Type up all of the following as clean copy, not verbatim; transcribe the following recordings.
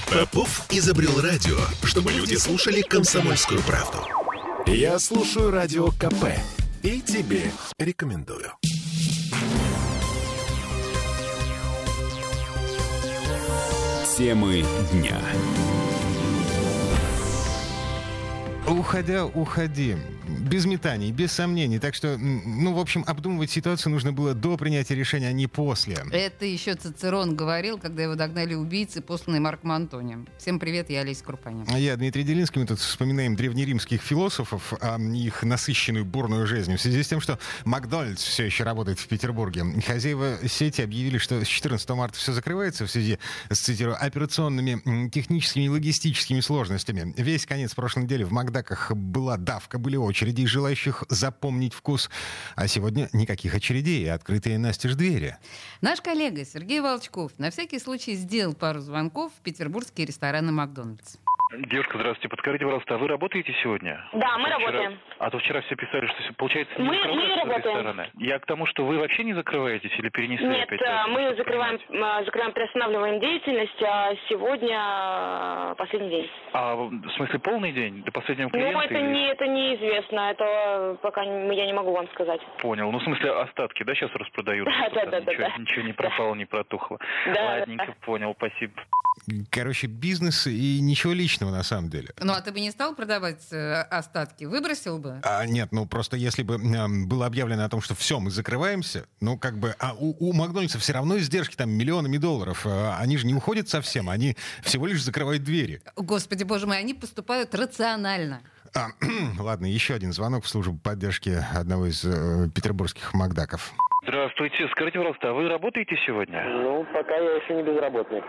Попов изобрел радио, чтобы люди слушали «Комсомольскую правду». Я слушаю Радио КП и тебе рекомендую. Темы дня. Уходи. Без метаний, без сомнений. Так что, в общем, обдумывать ситуацию нужно было до принятия решения, а не после. Это еще Цицерон говорил, когда его догнали убийцы, посланные Марком Антонием. Всем привет, я Олеся Крупанин. Я Дмитрий Делинский. Мы тут вспоминаем древнеримских философов, их насыщенную бурную жизнь. В связи с тем, что Макдональдс все еще работает в Петербурге. Хозяева сети объявили, что с 14 марта все закрывается в связи с, цитирую, операционными, техническими и логистическими сложностями. Весь конец прошлой недели в Макдаках была давка, были очереди желающих запомнить вкус. А сегодня никаких очередей, открытые настежь двери. Наш коллега Сергей Волчков на всякий случай сделал пару звонков в петербургские рестораны «Макдональдс». Девушка, здравствуйте. Подскажите, пожалуйста, а вы работаете сегодня? Да, мы работаем. А то вчера все писали, что, получается, не Мы закрываются работаем. рестораны. Я к тому, что вы вообще не закрываетесь или перенесли Нет, опять? мы закрываем, приостанавливаем деятельность, а сегодня последний день. А в смысле полный день? До последнего клиента? Ну, это неизвестно, это пока я не могу вам сказать. Понял. Ну, в смысле, остатки, да, сейчас распродают? Да. Ничего не пропало, не протухло. Да. Ладненько, понял, спасибо. Короче, бизнес и ничего личного на самом деле. Ну, а ты бы не стал продавать остатки? Выбросил бы? Нет, просто если бы было объявлено о том, что все, мы закрываемся, у Макдональдса все равно издержки там миллионами долларов. Они же не уходят совсем, они всего лишь закрывают двери. Господи, боже мой, они поступают рационально. Ладно, еще один звонок в службу поддержки одного из петербургских Макдаков. Здравствуйте. Скажите, пожалуйста, а вы работаете сегодня? Ну, пока я еще не безработный.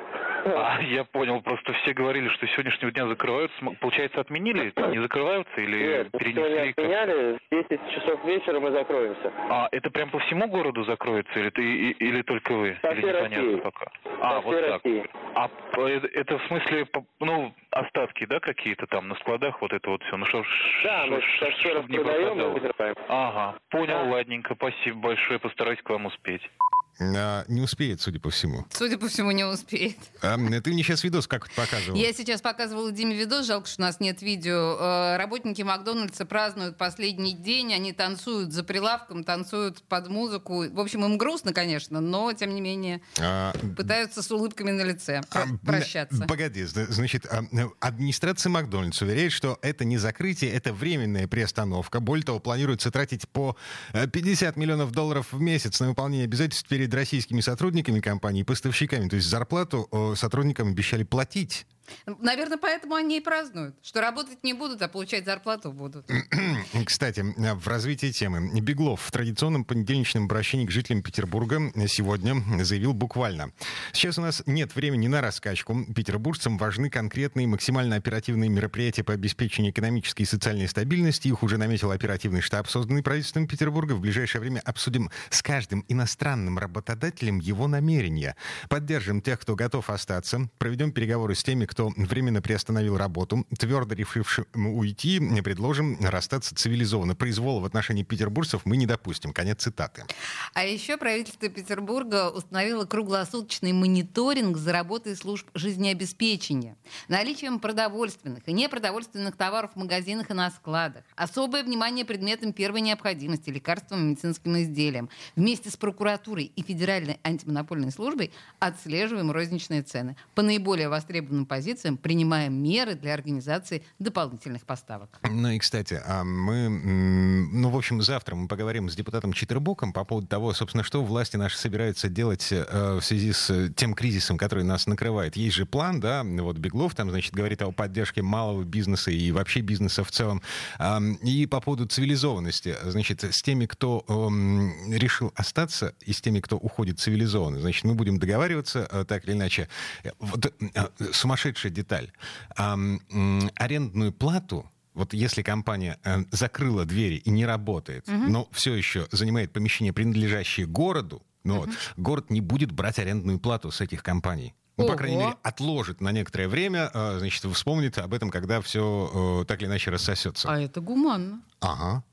Я понял. Просто все говорили, что с сегодняшнего дня закрываются. Получается, отменили? Не закрываются или Нет, перенесли? сегодня отменяли. В 10 часов вечера мы закроемся. А это прям по всему городу закроется? Или только вы? По или всей непонятно России. пока? По Вот всей так. России. А это в смысле, остатки, да, какие-то там на складах, вот это вот все? Ну что ж, Да, мы сейчас все чтоб не распродаем и пропадало. закрываем. Ага, понял, Да. ладненько, спасибо большое, постараюсь к вам успеть. Не успеет, судя по всему. Судя по всему, не успеет. Ты мне сейчас видос как показывал. Я сейчас показывала Диме видос, жалко, что у нас нет видео. Работники Макдональдса празднуют последний день, они танцуют за прилавком, танцуют под музыку. В общем, им грустно, конечно, но, тем не менее, пытаются с улыбками на лице прощаться. Погоди, значит, администрация Макдональдса уверяет, что это не закрытие, это временная приостановка. Более того, планируется тратить по $50 миллионов в месяц на выполнение обязательств перед российскими сотрудниками компании и поставщиками. То есть зарплату сотрудникам обещали платить. Наверное, поэтому они и празднуют, что работать не будут, а получать зарплату будут. Кстати, в развитии темы. Беглов в традиционном понедельничном обращении к жителям Петербурга сегодня заявил буквально: сейчас у нас нет времени на раскачку. Петербуржцам важны конкретные, максимально оперативные мероприятия по обеспечению экономической и социальной стабильности. Их уже наметил оперативный штаб, созданный правительством Петербурга. В ближайшее время обсудим с каждым иностранным работодателем его намерения. Поддержим тех, кто готов остаться. Проведем переговоры с теми, кто временно приостановил работу. Твердо решившим уйти, предложим расстаться цивилизованно. Произвола в отношении петербуржцев мы не допустим. Конец цитаты. А еще правительство Петербурга установило круглосуточный мониторинг за работой служб жизнеобеспечения, наличием продовольственных и непродовольственных товаров в магазинах и на складах. Особое внимание предметам первой необходимости, лекарствам и медицинским изделиям. Вместе с прокуратурой и Федеральной антимонопольной службой отслеживаем розничные цены. По наиболее востребованным позициям принимаем меры для организации дополнительных поставок. Ну и, кстати, мы, в общем, завтра мы поговорим с депутатом Читербоком по поводу того, собственно, что власти наши собираются делать в связи с тем кризисом, который нас накрывает. Есть же план, да, вот Беглов там, значит, говорит о поддержке малого бизнеса и вообще бизнеса в целом. И по поводу цивилизованности, значит, с теми, кто решил остаться, и с теми, кто уходит цивилизованно, значит, мы будем договариваться так или иначе. Вот сумасшедшая деталь. Арендную плату, вот если компания закрыла двери и не работает, но все еще занимает помещение, принадлежащее городу, город не будет брать арендную плату с этих компаний. Ну, по крайней мере, отложит на некоторое время, значит, вспомнит об этом, когда все так или иначе рассосется. А это гуманно. Ага.